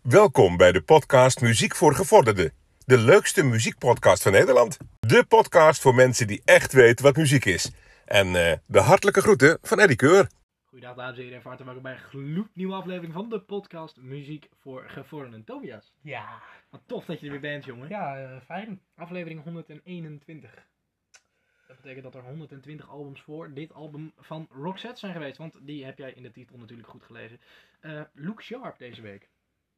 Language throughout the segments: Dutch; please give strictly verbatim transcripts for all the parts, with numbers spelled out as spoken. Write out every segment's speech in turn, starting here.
Welkom bij de podcast Muziek voor Gevorderden. De leukste muziekpodcast van Nederland. De podcast voor mensen die echt weten wat muziek is. En uh, de hartelijke groeten van Eddie Keur. Goedendag dames en heren en van harte welkom bij een gloednieuwe aflevering van de podcast Muziek voor Gevorderden. Tobias. Ja. Wat tof dat je er weer bent, jongen. Ja, uh, fijn. Aflevering honderdeenentwintig. Dat betekent dat er honderdtwintig albums voor dit album van Roxette zijn geweest. Want die heb jij in de titel natuurlijk goed gelezen. Uh, Look Sharp deze week.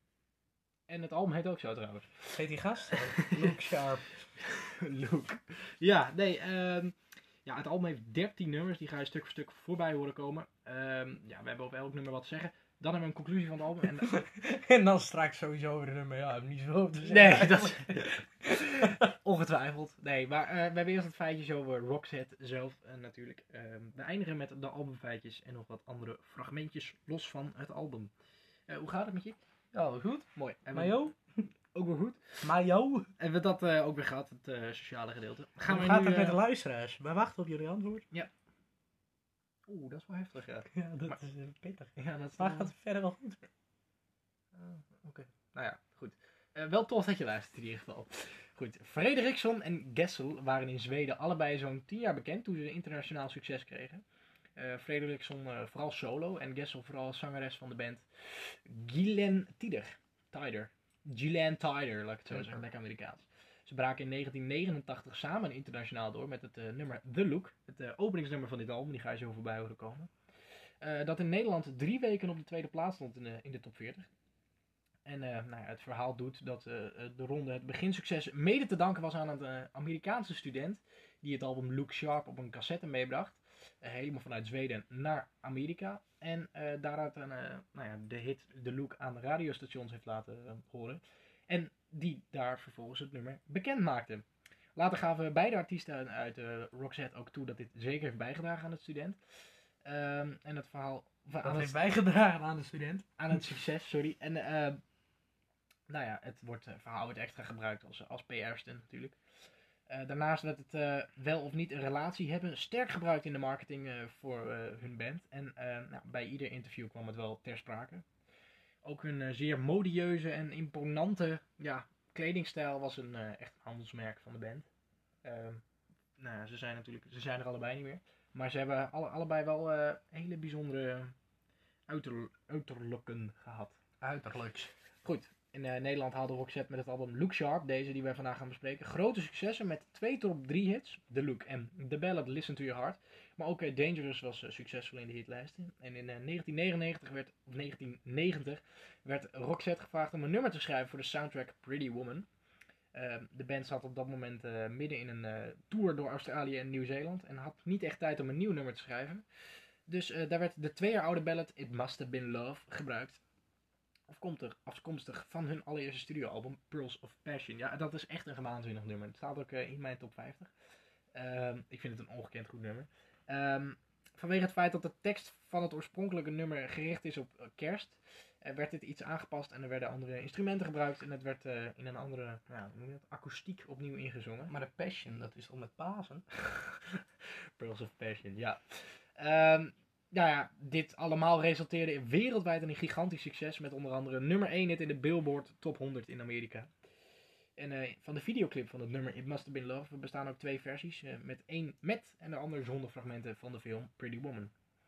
En het album heet ook zo trouwens. Heet die gast? Look Sharp. Look. Ja, nee. Um, ja, het album heeft dertien nummers. Die ga je stuk voor stuk voorbij horen komen. Um, ja, we hebben over elk nummer wat te zeggen. Dan hebben we een conclusie van het album. En, en dan straks sowieso over de nummer. Ja, ik heb niet zoveel te zeggen. Nee, dat ongetwijfeld. Nee, maar uh, we hebben eerst het feitjes over Roxette zelf uh, natuurlijk. Uh, we eindigen met de albumfeitjes en nog wat andere fragmentjes los van het album. Uh, hoe gaat het met je? Ja, wel goed. Mooi. En maar jou? Ook weer goed. Maar jou? En we dat uh, ook weer gehad, het uh, sociale gedeelte. Gaan Hoe we gaat nu, het met uh... de luisteraars? Wij wachten op jullie antwoord. Ja. Oeh, dat is wel heftig, ja. Ja, dat maar, is uh, pittig. Ja, dat is maar gaat het verder wel goed? Uh, Oké. Okay. Nou ja, goed. Uh, wel tof dat je luistert in ieder geval. Goed. Fredriksson en Gessel waren in Zweden allebei zo'n tien jaar bekend toen ze internationaal succes kregen. Uh, Fredriksson uh, vooral solo en Gessel vooral zangeres van de band Gillen Tider. Tider. Gillen Tider, laat ik het zo zeggen, lekker Amerikaans. Ze braken in negentien negenentachtig samen internationaal door met het uh, nummer The Look, het uh, openingsnummer van dit album, die ga je zo voorbij horen komen. Uh, dat in Nederland drie weken op de tweede plaats stond in de, in de top veertig. En uh, nou ja, het verhaal doet dat uh, de ronde het beginsucces mede te danken was aan een uh, Amerikaanse student die het album Look Sharp op een cassette meebracht. Uh, helemaal vanuit Zweden naar Amerika. En uh, daaruit een, uh, nou ja, de hit The Look aan de radiostations heeft laten uh, horen. En die daar vervolgens het nummer bekend maakte. Later gaven beide artiesten uit uh, Roxette ook toe dat dit zeker heeft bijgedragen aan het student. Um, en het verhaal... Dat aan heeft het, bijgedragen aan de student. Aan het succes, sorry. En uh, nou ja, het wordt, uh, verhaal wordt extra gebruikt als, als P R-stunt natuurlijk. Uh, daarnaast werd het uh, wel of niet een relatie hebben sterk gebruikt in de marketing uh, voor uh, hun band. En uh, nou, bij ieder interview kwam het wel ter sprake. Ook hun uh, zeer modieuze en imponante ja, kledingstijl was een uh, echt handelsmerk van de band. Uh, nou, ze zijn natuurlijk, ze zijn er allebei niet meer. Maar ze hebben alle, allebei wel uh, hele bijzondere uiter, uiterlijken gehad. Uiterlijks. Goed. In uh, Nederland haalde Roxette met het album Look Sharp, deze die wij vandaag gaan bespreken, grote successen met twee top drie hits, The Look en The Ballad Listen to Your Heart. Maar ook uh, Dangerous was uh, succesvol in de hitlijsten. En in uh, negentien negenennegentig werd, of negentien negentig werd Roxette gevraagd om een nummer te schrijven voor de soundtrack Pretty Woman. Uh, de band zat op dat moment uh, midden in een uh, tour door Australië en Nieuw-Zeeland en had niet echt tijd om een nieuw nummer te schrijven. Dus uh, daar werd de twee jaar oude ballad It Must Have Been Love gebruikt. Afkomstig, afkomstig van hun allereerste studioalbum Pearls of Passion. Ja, dat is echt een waanzinnig nummer. Het staat ook uh, in mijn top vijftig. Um, ik vind het een ongekend goed nummer. Um, vanwege het feit dat de tekst van het oorspronkelijke nummer gericht is op uh, kerst, uh, werd dit iets aangepast en er werden andere instrumenten gebruikt. En het werd uh, in een andere nou, hoe noem je dat, akoestiek opnieuw ingezongen. Maar de Passion, dat is toch met Pasen? Pearls of Passion, ja. Um, Nou ja, dit allemaal resulteerde wereldwijd in een gigantisch succes met onder andere nummer één hit in de Billboard Top honderd in Amerika. En uh, van de videoclip van het nummer It Must Have Been Love bestaan ook twee versies, uh, met één met en de ander zonder fragmenten van de film Pretty Woman.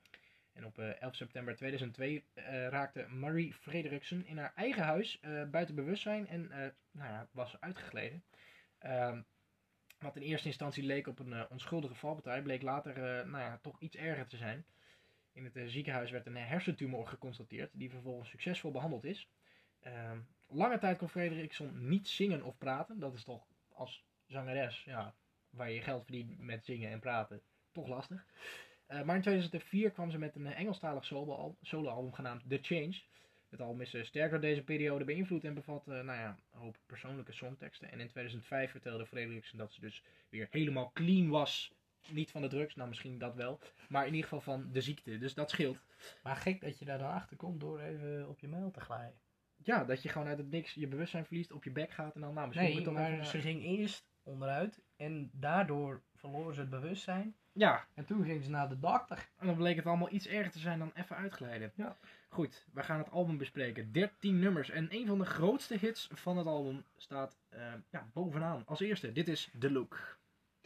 En op uh, elf september tweeduizend twee uh, raakte Marie Fredriksson in haar eigen huis uh, buiten bewustzijn en uh, nou ja, was uitgegleden. Uh, wat in eerste instantie leek op een uh, onschuldige valpartij, bleek later uh, nou ja, toch iets erger te zijn. In het uh, ziekenhuis werd een hersentumor geconstateerd, die vervolgens succesvol behandeld is. Uh, lange tijd kon Fredriksson niet zingen of praten. Dat is toch als zangeres, ja, waar je geld verdient met zingen en praten, toch lastig. Uh, maar in tweeduizend vier kwam ze met een uh, Engelstalig solo-album, solo-album genaamd The Change. Het album is uh, sterk door deze periode beïnvloed en bevat uh, nou ja, een hoop persoonlijke songteksten. En in tweeduizend vijf vertelde Fredriksson dat ze dus weer helemaal clean was. Niet van de drugs, nou misschien dat wel. Maar in ieder geval van de ziekte. Dus dat scheelt. Maar gek dat je daar dan achter komt door even op je mail te glijden. Ja, dat je gewoon uit het niks je bewustzijn verliest, op je bek gaat en dan nou misschien... Nee, moet maar even, ze ging eerst onderuit en daardoor verloor ze het bewustzijn. Ja, En toen ging ze naar de dokter. en dan bleek het allemaal iets erger te zijn dan even uitglijden. Ja. Goed, we gaan het album bespreken. dertien nummers en een van de grootste hits van het album staat uh, ja, bovenaan. Als eerste, dit is The Look.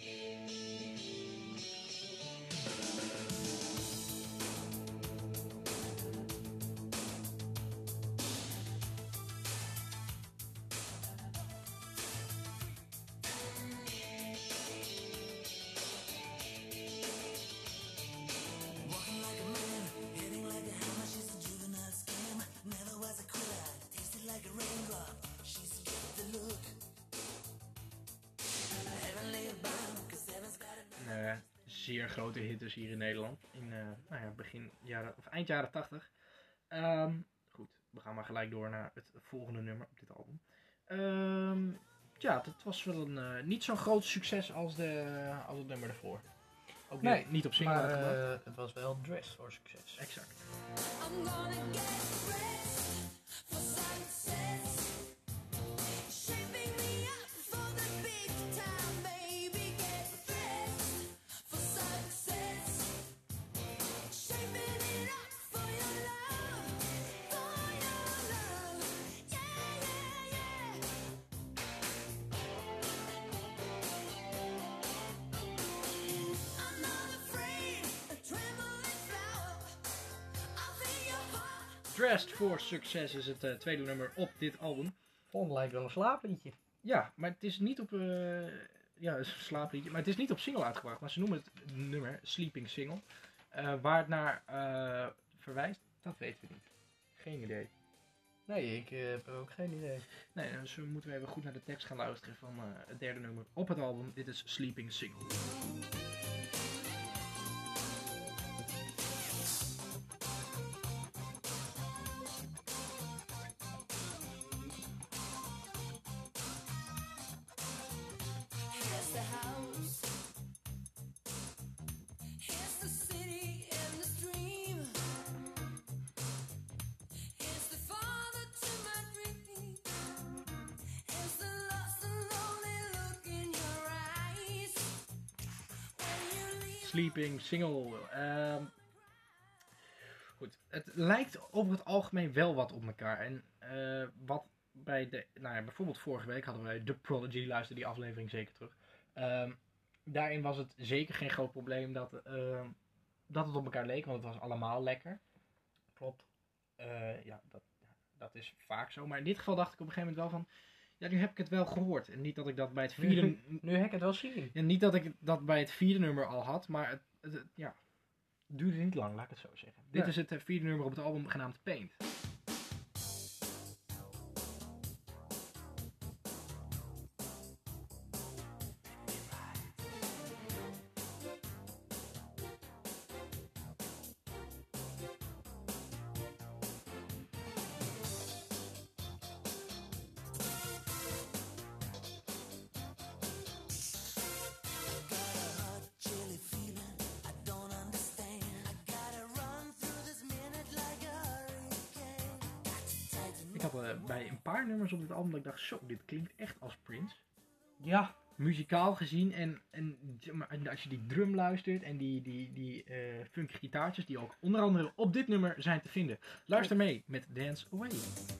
Uh, zeer grote hit dus hier in Nederland. In uh, nou ja, begin jaren, of eind jaren tachtig. Um, goed, we gaan maar gelijk door naar het volgende nummer op dit album. Um, ja, het was wel een uh, niet zo'n groot succes als, de, uh, als het nummer ervoor. Ook nee, niet, niet op single maar uitgebracht. Uh, het was wel dressed voor succes. Exact. Dressed for Success is het uh, tweede nummer op dit album. Vond lijkt wel een slaapliedje. Ja, maar het is niet op uh, ja, een slaapliedje, maar het is niet op single uitgebracht. Maar ze noemen het nummer Sleeping Single. Uh, waar het naar uh, verwijst, dat weten we niet. Geen idee. Nee, ik uh, heb ook geen idee. Nee, dus we moeten even goed naar de tekst gaan luisteren van uh, het derde nummer op het album. Dit is Sleeping Single. Sleeping Single. Uh, goed, het lijkt over het algemeen wel wat op elkaar. En uh, wat bij de, nou ja, bijvoorbeeld vorige week hadden wij The Prodigy, luister die aflevering zeker terug. Uh, daarin was het zeker geen groot probleem dat, uh, dat het op elkaar leek, want het was allemaal lekker. Klopt. Uh, ja, dat, dat is vaak zo. Maar in dit geval dacht ik op een gegeven moment wel van, ja, nu heb ik het wel gehoord. En niet dat ik dat bij het vierde... Nu, nu heb ik het wel zien. Ja, niet dat ik dat bij het vierde nummer al had, maar het, het, het ja, het duurde niet lang, laat ik het zo zeggen. Dit ja. is het vierde nummer op het album genaamd Paint. Ik had uh, bij een paar nummers op dit album dat ik dacht, zo, dit klinkt echt als Prince. Ja. Muzikaal gezien en, en als je die drum luistert en die, die, die uh, funky gitaartjes die ook onder andere op dit nummer zijn te vinden. Luister mee met Dance Away.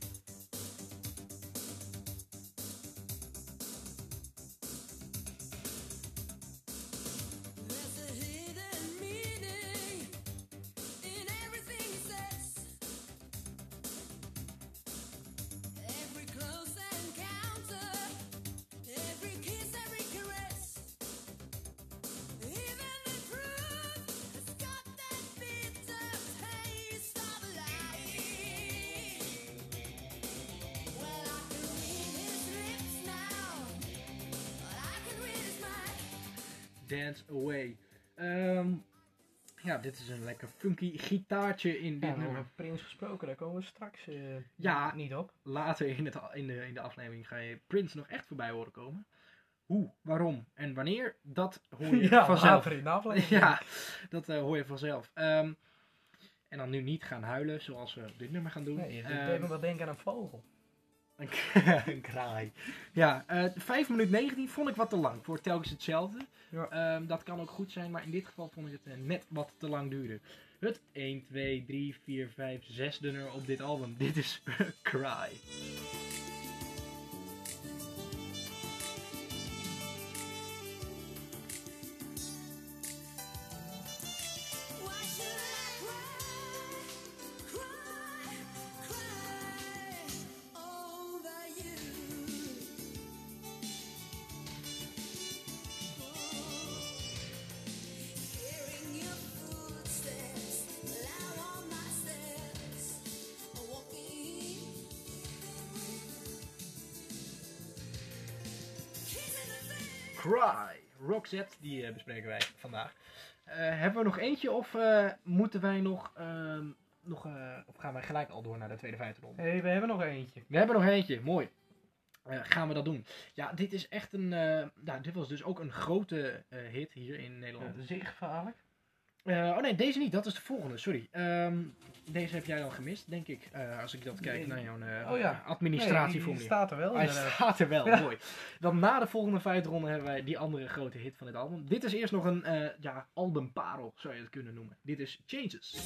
Dance Away. Um, ja, dit is een lekker funky gitaartje in dit ja, nummer. Over Prince gesproken, daar komen we straks uh, ja, niet op. Later in, het, in, de, in de aflevering ga je Prince nog echt voorbij horen komen. Hoe, waarom en wanneer, dat hoor je ja, vanzelf. Later in de aflevering. Ja, dat uh, hoor je vanzelf. Um, en dan nu niet gaan huilen zoals we dit nummer gaan doen. Nee, dit um, deed me wel denken aan een vogel. Een, een kraai. Ja, uh, vijf minuten negentien vond ik wat te lang voor telkens hetzelfde. Ja. Um, dat kan ook goed zijn, maar in dit geval vond ik het uh, net wat te lang duren. Het een, twee, drie, vier, vijf, zesde nummer op dit album. Dit is Cry. Cry, Roxette, die uh, bespreken wij vandaag. Uh, hebben we nog eentje of uh, moeten wij nog, uh, nog uh, of gaan wij gelijk al door naar de tweede vijfde ronde? Nee, we hebben nog eentje. We hebben nog eentje, mooi. Uh, gaan we dat doen? Ja, dit is echt een, uh, nou, dit was dus ook een grote uh, hit hier in Nederland. Ja, zeer gevaarlijk. Uh, oh nee, deze niet, dat is de volgende, sorry. Um, deze heb jij al gemist, denk ik, uh, als ik dat kijk nee. naar jouw uh, oh, ja. administratieformulier. Nee, die staat er wel. Hij staat er wel, ja. Mooi. Dan na de volgende vijfde ronde hebben wij die andere grote hit van het album. Dit is eerst nog een uh, ja, albumparel, zou je het kunnen noemen. Dit is Changes.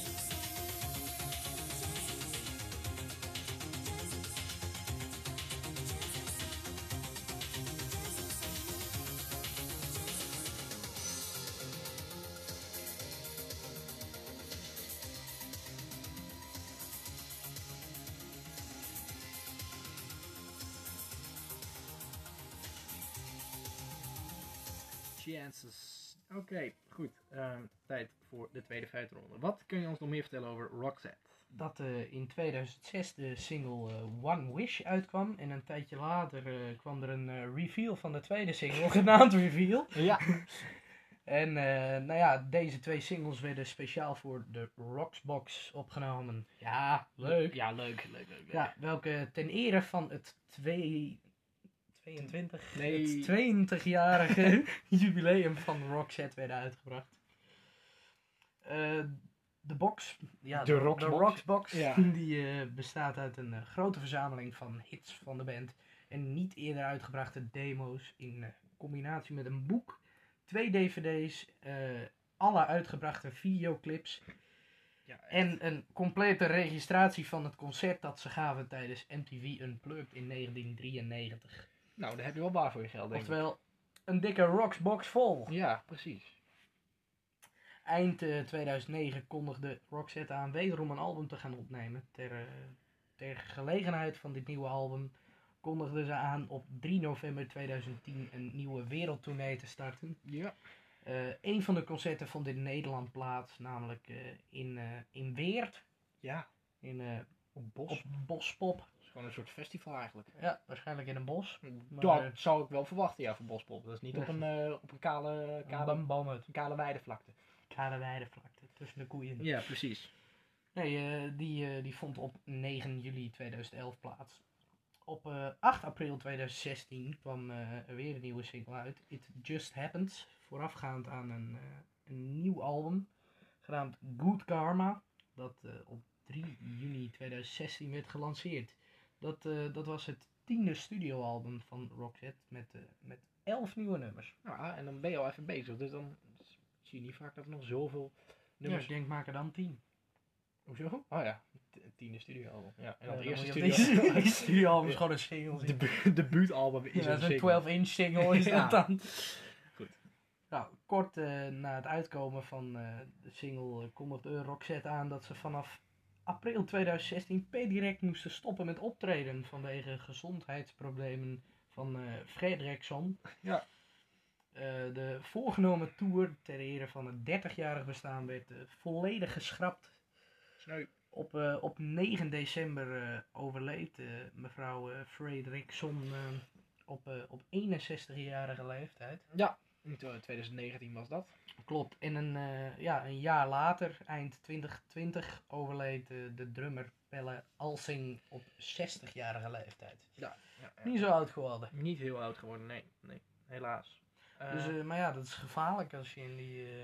Chances. Oké, okay, goed. Um, tijd voor de tweede vijfde ronde. Wat kun je ons nog meer vertellen over Roxette? Dat uh, in tweeduizend zes de single uh, One Wish uitkwam. En een tijdje later uh, kwam er een uh, reveal van de tweede single, genaamd Reveal. Ja. En uh, nou ja, deze twee singles werden speciaal voor de Roxbox opgenomen. Ja, leuk. Ja, leuk, leuk, leuk. leuk. Ja, welke ten ere van het twee... tweeëntwintig, nee. het tweeëntwintigjarige jubileum van Roxette werden uitgebracht. Uh, de box, ja, de, de Roxbox, de Roxbox ja. die uh, bestaat uit een uh, grote verzameling van hits van de band en niet eerder uitgebrachte demo's in uh, combinatie met een boek, twee dvd's, uh, alle uitgebrachte videoclips ja, en een complete registratie van het concert dat ze gaven tijdens M T V Unplugged in negentien drieënnegentig. Nou, daar heb je wel waar voor je geld, denk Oftewel, ik. een dikke Roxbox vol. Ja, precies. Eind uh, tweeduizend negen kondigde Roxette aan wederom een album te gaan opnemen. Ter, uh, ter gelegenheid van dit nieuwe album kondigden ze aan op drie november tweeduizend tien een nieuwe wereldtournee te starten. Ja. Uh, een van de concerten vond in Nederland plaats, namelijk uh, in, uh, in Weert. Ja. In, uh, op Bos. Op Bospop. Gewoon een soort festival eigenlijk. Ja, waarschijnlijk in een bos. Maar, dat uh, zou ik wel verwachten, ja, voor Bospop. Dat is niet op een, uh, op een kale, kale, een kale weidevlakte. Kale weidevlakte, tussen de koeien. Ja, precies. Nee, uh, die, uh, die vond op negen juli tweeduizend elf plaats. Op uh, acht april tweeduizend zestien kwam uh, weer een nieuwe single uit. It Just Happens. Voorafgaand aan een, uh, een nieuw album. Genaamd Good Karma. Dat uh, op drie juni tweeduizend zestien werd gelanceerd. Dat, uh, dat was het tiende studioalbum van Roxette met, uh, met elf nieuwe nummers. Ja, en dan ben je al even bezig. Dus dan zie je niet vaak dat er nog zoveel nummers... Ja, ik denk maak er dan tien. Hoezo? Oh ja, het tiende studioalbum. Ja, en dan ja, het eerste studioalbum. Het studioalbum is gewoon een single. De bu- debuutalbum is ja, een single. twaalf inch single is ja. dat dan. Goed. Nou, kort uh, na het uitkomen van uh, de single uh, kondigde Roxette aan dat ze vanaf april tweeduizend zestien per direct moesten stoppen met optreden vanwege gezondheidsproblemen van uh, Fredriksson. Ja. Uh, de voorgenomen tour ter ere van het dertigjarig bestaan werd uh, volledig geschrapt. Sneu. Op, uh, op negen december uh, overleed uh, mevrouw uh, Fredriksson uh, op, uh, op eenenzestigjarige leeftijd. Ja, in tweeduizend negentien was dat. Klopt. En een, uh, ja, een jaar later, eind twintig twintig, overleed uh, de drummer Pelle Alsing op zestigjarige leeftijd. Ja, ja, ja. Niet zo oud geworden. Niet heel oud geworden, nee. nee helaas. Uh, dus, uh, maar ja, dat is gevaarlijk als je in die, uh,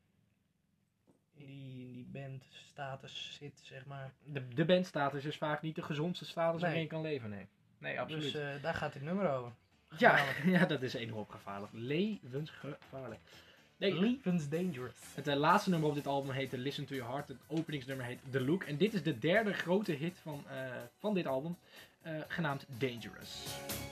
in die, in die bandstatus zit, zeg maar. De, de bandstatus is vaak niet de gezondste status nee. waarin je kan leven, nee. Nee, absoluut. Dus uh, daar gaat dit nummer over. Ja, ja, dat is enorm gevaarlijk. Levensgevaarlijk. Nee, Levensdangerous. Het uh, laatste nummer op dit album heette Listen to Your Heart. Het openingsnummer heet The Look. En dit is de derde grote hit van, uh, van dit album, uh, genaamd Dangerous.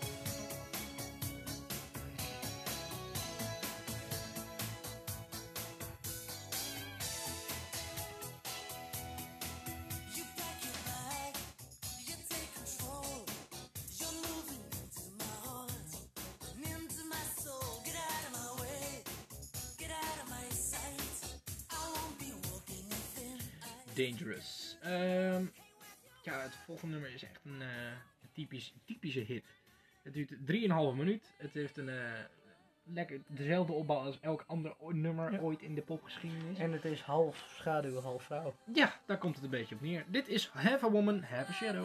Dangerous. Um, ja, het volgende nummer is echt een, uh, een typisch, typische hit. Het duurt drie komma vijf minuut. Het heeft een uh, lekker dezelfde opbouw als elk ander nummer ja. ooit in de popgeschiedenis. En het is half schaduw, half vrouw. Ja, daar komt het een beetje op neer. Dit is Have a Woman, Have a Shadow.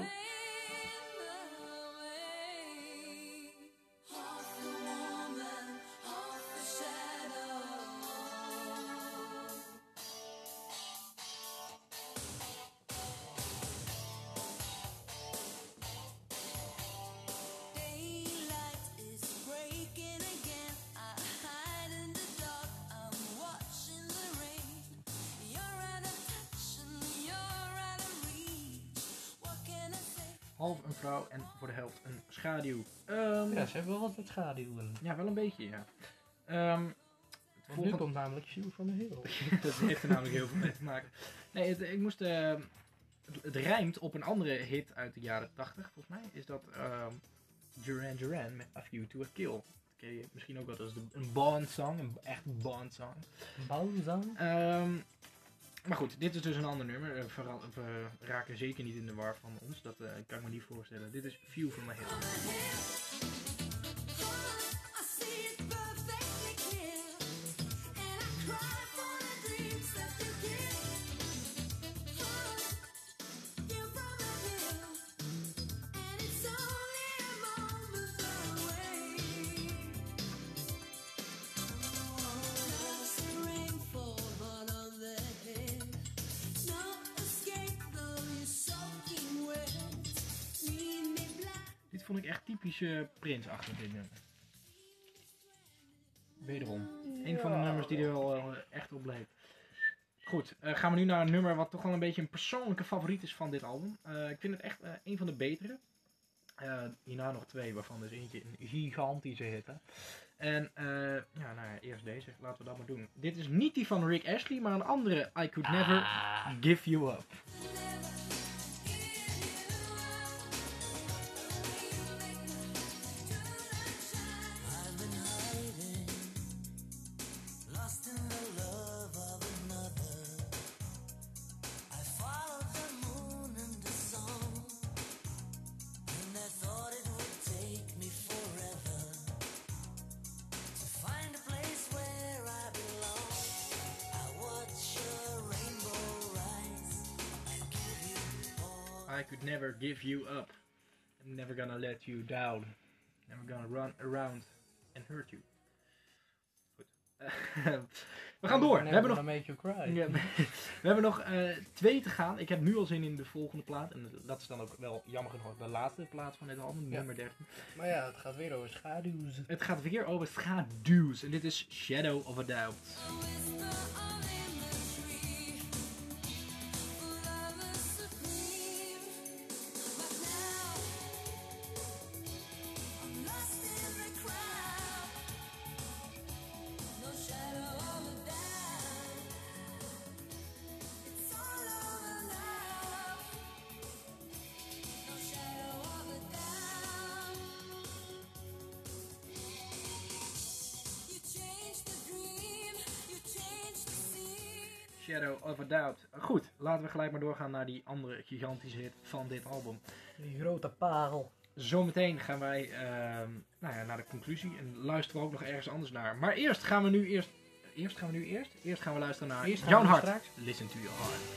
Half een vrouw en voor de helft een schaduw. Um, ja, ze hebben wel wat met schaduwen. Ja, wel een beetje, ja. Um, het volgende... Nu komt namelijk Shoe from the Hill. Dat heeft er namelijk heel veel mee te maken. Nee, het, ik moest... Uh, het, het rijmt op een andere hit uit de jaren tachtig, volgens mij. Is dat um, Duran Duran met A View to a Kill. Dat ken je misschien ook wel als een Bond song, een echt Bond song. Bond song? Um, Maar goed, dit is dus een ander nummer. We, we raken zeker niet in de war van ons. Dat uh, kan ik me niet voorstellen. Dit is View from the Hill. Vond ik echt typisch uh, Prince-achtig dit nummer. Wederom. Ja. Een van de nummers die er wel uh, echt op bleef. Goed, uh, gaan we nu naar een nummer wat toch wel een beetje een persoonlijke favoriet is van dit album. Uh, ik vind het echt uh, een van de betere. Uh, hierna nog twee, waarvan dus eentje een gigantische hit. Hè? En uh, ja, nou ja, eerst deze. Laten we dat maar doen. Dit is niet die van Rick Astley, maar een andere I Could Never ah. Give You Up. I could never give you up. I'm never gonna let you down. Never gonna run around and hurt you. Goed. Uh, we gaan door. We hebben nog, make you cry. Ja, we hebben nog uh, twee te gaan. Ik heb nu al zin in de volgende plaat. En dat is dan ook wel jammer genoeg de laatste plaat van dit album, ja. nummer dertien. Maar ja, het gaat weer over schaduws. Het gaat weer over schaduws. En dit is Shadow of a Doubt. Shadow of a Doubt. Goed, laten we gelijk maar doorgaan naar die andere gigantische hit van dit album. Die grote parel. Zometeen gaan wij uh, nou ja, naar de conclusie en luisteren we ook nog ergens anders naar. Maar eerst gaan we nu eerst... Eerst gaan we nu eerst? Eerst gaan we luisteren naar Jouw Hart. Straks. Listen to Your Heart.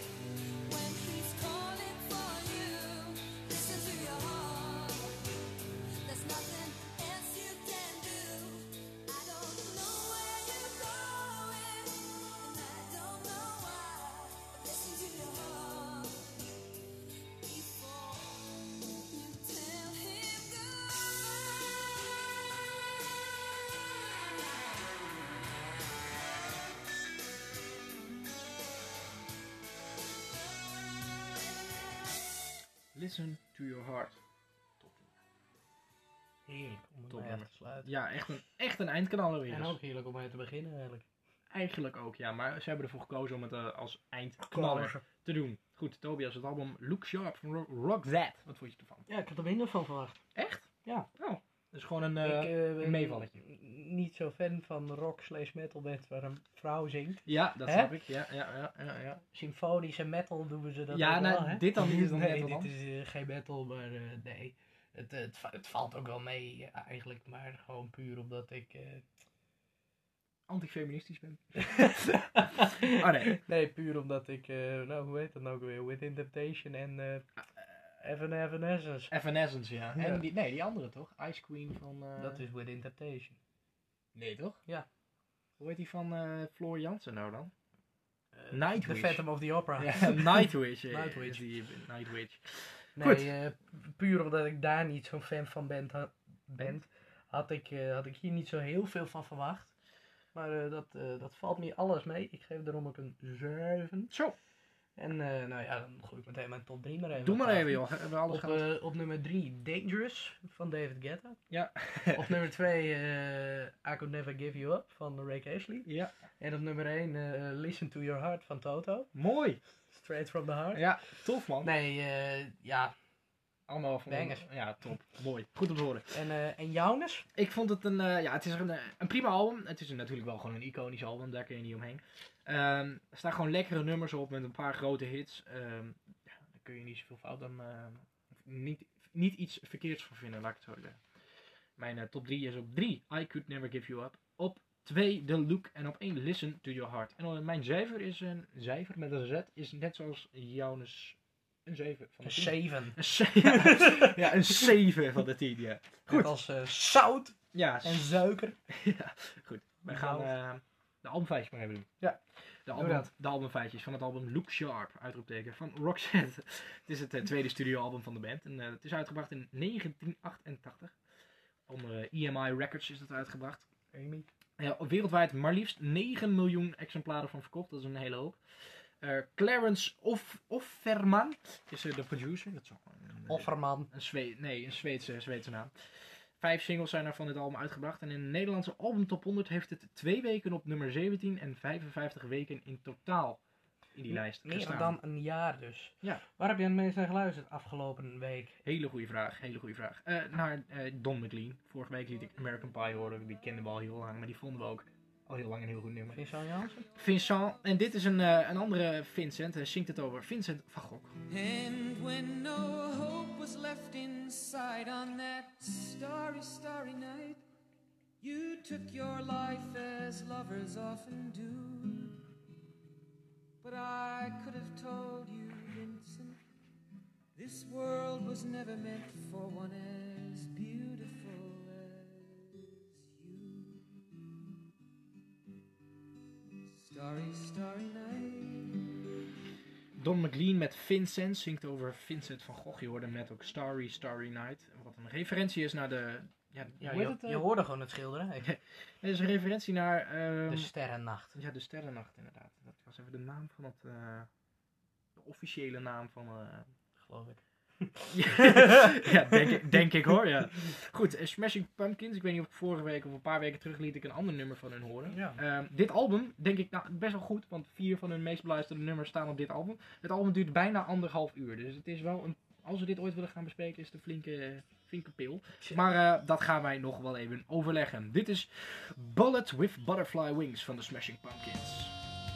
Listen to Your Heart. Heerlijk om het Top mee af nummer. te sluiten. Ja, echt een, echt een eindkanaler weer. En ook heerlijk om mee te beginnen eigenlijk. Eigenlijk ook, ja. Maar ze hebben ervoor gekozen om het uh, als eindknaller te doen. Goed, Tobias, het album Look Sharp van Ro Rock That. Wat vond je ervan? Ja, ik had er minder van verwacht. Echt? Ja. Oh, dat is gewoon een, uh, ik uh, een meevalletje. Niet zo fan van rock slash metal band waar een vrouw zingt. Ja, dat Hè? snap ik. Ja, ja, ja, ja, ja. Symfonische metal doen ze dat Ja, ook nou, wel, hè? dit dan niet is dan nee, metal dit dan? is uh, geen metal, maar uh, nee. Het, uh, het, va- het valt ook wel mee uh, eigenlijk, maar gewoon puur omdat ik... Uh... Antifeministisch ben. Oh nee. Nee, puur omdat ik, uh, nou hoe heet dat nou ook weer, Within Temptation en uh, Evan Evanescence. Evanescence, ja. Ja. En die, nee, die andere toch? Ice Queen van... Uh... Dat is Within Temptation. Nee, toch? Ja. Hoe heet die van uh, Floor Jansen nou dan? Uh, Nightwish. The Phantom of the Opera. Ja, Nightwish. eh, Nightwish. is Die, Nightwish. Nee, uh, puur omdat ik daar niet zo'n fan van ben, ha- ben had, ik, uh, had ik hier niet zo heel veel van verwacht. Maar uh, dat, uh, dat valt me alles mee. Ik geef daarom ook een zeven. Zo. En uh, nou ja, dan gooi ik meteen mijn top drie maar even. Doe maar op even tafel. joh. Hebben we alles Op, gehad? uh, op nummer drie Dangerous van David Guetta. Ja. Op nummer twee uh, I Could Never Give You Up van Ray Ashley. Ja. En op nummer één uh, Listen to Your Heart van Toto. Mooi. Straight from the heart. Ja, tof man. Nee, uh, ja. Allemaal van... Bangers. Ja, top. Mooi. Goed om te horen. En, uh, en jouwnes? Ik vond het een... Uh, ja, het is een, uh, een prima album. Het is een, natuurlijk wel gewoon een iconisch album. Daar kun je niet omheen. Um, er staan gewoon lekkere nummers op met een paar grote hits. Um, ja, daar kun je niet zoveel fout dan... Uh, niet, niet iets verkeerds voor vinden, laat ik het zo zeggen. Mijn uh, top drie is op drie I Could Never Give You Up. Op twee The Look. En op één Listen to Your Heart. En uh, mijn cijfer is een cijfer met een Z. Is net zoals jouwnes... Een zeven van de Een tien. zeven. Een zeven. Ja, een zeven van de tien, ja. Goed. Net als uh, zout Ja, en suiker. ja, goed. We gaan uh, de albumfeitjes maar even doen. Ja. De, album, de albumfeitjes van het album Look Sharp, uitroepteken, van Roxette. Het is het uh, tweede studioalbum van de band. En uh, het is uitgebracht in negentien achtentachtig. Onder uh, E M I Records is het uitgebracht. Amy. Uh, wereldwijd maar liefst negen miljoen exemplaren van verkocht. Dat is een hele hoop. Uh, Clarence Off Offerman is uh, de producer. Dat is ook een, een, Offerman. Een Zwee nee, een Zweedse, Zweedse naam. Vijf singles zijn er van dit album uitgebracht. En in de Nederlandse album top honderd heeft het twee weken op nummer zeventien en vijfenvijftig weken in totaal in die lijst Meer gestaan. dan een jaar dus. Ja. Waar heb je het meest naar geluisterd afgelopen week? Hele goede vraag, hele goede vraag. Uh, naar uh, Don McLean. Vorige week liet ik American Pie horen. Die kenden we al heel lang, maar die vonden we ook al heel lang een heel goed nummer. Vincent Janssen? Vincent. En dit is een, uh, een andere Vincent. Hij zingt het over Vincent van Gogh. And when no hope was left inside on that starry, starry night, you took your life as lovers often do. But I could have told you, Vincent, this world was never meant for one as beautiful as you. Starry, starry night. Don McLean met Vincent zingt over Vincent van Gogh. Je hoorde hem net ook Starry, Starry Night. Wat een referentie is naar de... Ja, Ja, hoe heet je, het, uh? je hoorde gewoon het schilderen. Ik- Het is een referentie naar... Um, De Sterrennacht. ja, de Sterrennacht inderdaad. Dat was even de naam van het... Uh, de officiële naam van... Uh, Geloof ik. ja, denk ik, denk ik hoor, ja. Goed, uh, Smashing Pumpkins. Ik weet niet of ik vorige week of een paar weken terug liet ik een ander nummer van hun horen. Ja. Um, dit album, denk ik, nou, best wel goed. Want vier van hun meest beluisterde nummers staan op dit album. Het album duurt bijna anderhalf uur. Dus het is wel een... Als we dit ooit willen gaan bespreken, is het een flinke, flinke pil. Maar uh, dat gaan wij nog wel even overleggen. Dit is Bullet with Butterfly Wings van de Smashing Pumpkins.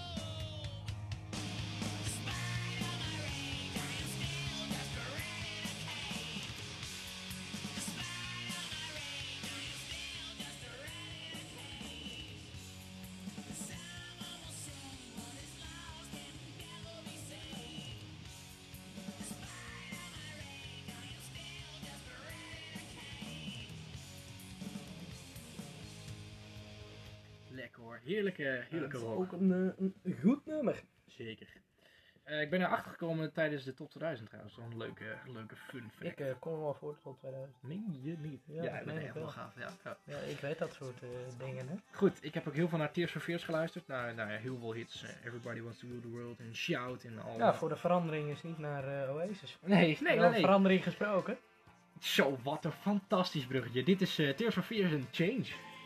Lekker hoor. Heerlijke, heerlijke Het is rock. ook een, uh, een goed nummer. Zeker. Uh, ik ben erachter gekomen tijdens de top tweeduizend trouwens. Zo'n leuke, leuke fun fact. Ik uh, kom er wel voor tot tweeduizend. Meen je niet? Ja, Ja, dat ik ben meen echt ik wel gaaf, ja. ja. Ja, ik weet dat soort uh, dingen, hè. Goed, ik heb ook heel veel naar Tears for Fears geluisterd. Naar, naar heel veel hits. Uh, Everybody Wants to Rule the World en Shout en al. Ja, voor de verandering is niet naar uh, Oasis. Nee, nee, nee. nee. Verandering gesproken. Zo, wat een fantastisch bruggetje. Dit is uh, Tears for Fears en Change.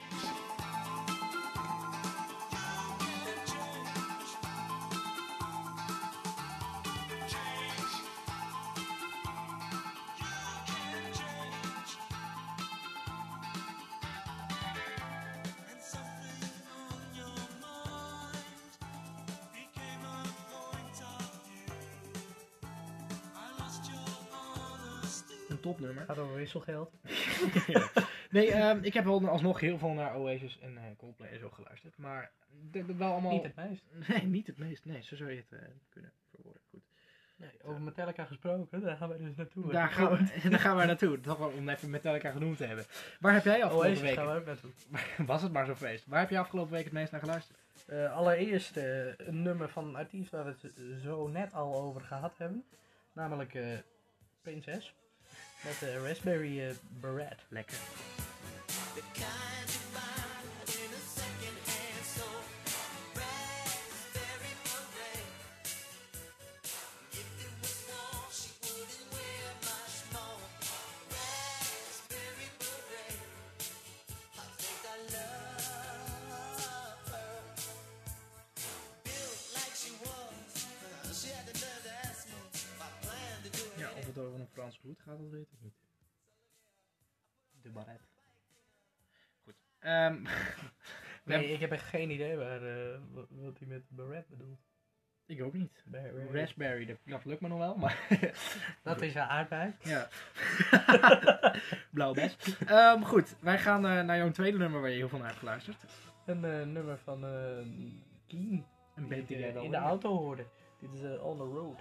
Topnummer. Gaat over wisselgeld. ja. Nee, um, ik heb wel alsnog heel veel naar Oasis en uh, Coldplay en zo geluisterd. Maar dat wel allemaal... Niet het meest. Nee, niet het meest. Nee, zo zou je het uh, kunnen verwoorden. Goed. Nee, over Metallica gesproken, daar gaan we dus naartoe. Daar gaan, we, daar gaan we naartoe. Toch wel om even Metallica genoemd te hebben. Waar heb jij afgelopen Oasis week... gaan we ook naartoe. Was het maar zo'n feest. Waar heb je afgelopen week het meest naar geluisterd? Uh, allereerst uh, een nummer van een artiest waar we het zo net al over gehad hebben. Namelijk uh, Prinses. Met de Raspberry uh, Beret. Lekker. Ja, of het over een Franse hoed gaat, dat weet ik niet. De baret. Goed. Um, nee, ik heb echt geen idee waar, uh, wat, wat hij met baret bedoelt. Ik ook niet. Raspberry, Raspberry dat, dat lukt me nog wel, maar... dat is een aardbei. Ja. Blauw best. Um, goed, wij gaan uh, naar jouw tweede nummer waar je heel veel naar hebt geluisterd. Een uh, nummer van uh, Keen. Een band die jij wel in de auto hoorde. Dit is uh, On The Road.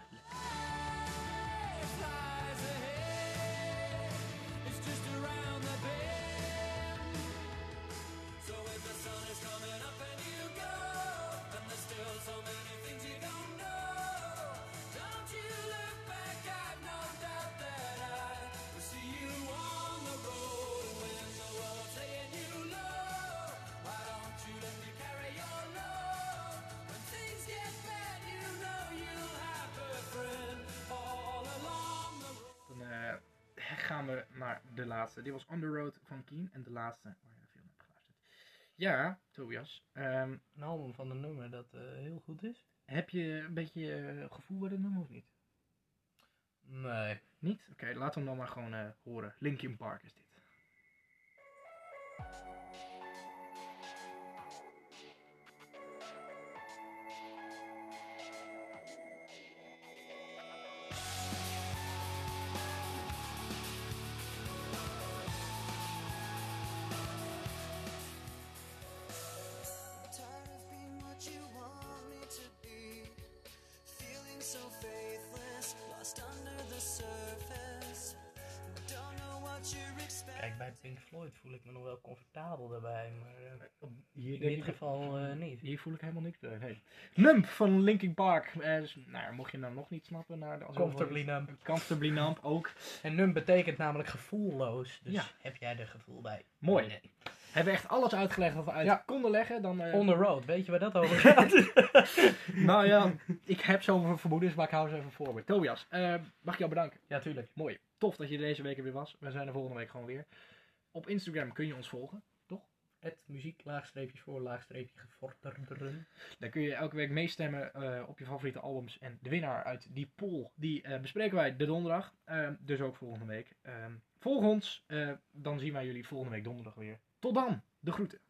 Gaan we naar de laatste. Dit was On The Road van Keen en de laatste waar je veel naar hebt geluisterd. Ja, Tobias. Um, een album van een nummer dat uh, heel goed is. Heb je een beetje uh, gevoel bij dit nummer of niet? Nee. Niet? Oké, okay, laten we hem dan maar gewoon uh, horen. Linkin Park is dit. Kijk, bij Pink Floyd voel ik me nog wel comfortabel daarbij, maar uh, hier in dit geval uh, niet. Hier voel ik helemaal niks bij. Nee. Numb van Linkin Park. Uh, dus, nou, mocht je nou nog niet snappen. Naar de, Comfortably Numb. Comfortably Numb ook. En numb betekent namelijk gevoelloos. Dus ja. Heb jij er gevoel bij? Mooi. Nee. Hebben we echt alles uitgelegd wat we uit ja. konden leggen. Dan, uh... On The Road, weet je waar dat over gaat? Nou ja, ik heb zo'n vermoedens, maar ik hou ze even voor. Tobias, uh, mag ik jou bedanken? Ja, tuurlijk. Mooi. Tof dat je deze week er weer was. We zijn er volgende week gewoon weer. Op Instagram kun je ons volgen, toch? Het muziek, laagstreepjes voor, laagstreepje gevorderden. Daar kun je elke week meestemmen uh, op je favoriete albums. En de winnaar uit die poll, die uh, bespreken wij de donderdag. Uh, dus ook volgende week. Uh, volg ons, uh, dan zien wij jullie volgende week donderdag weer. Tot dan, de groeten.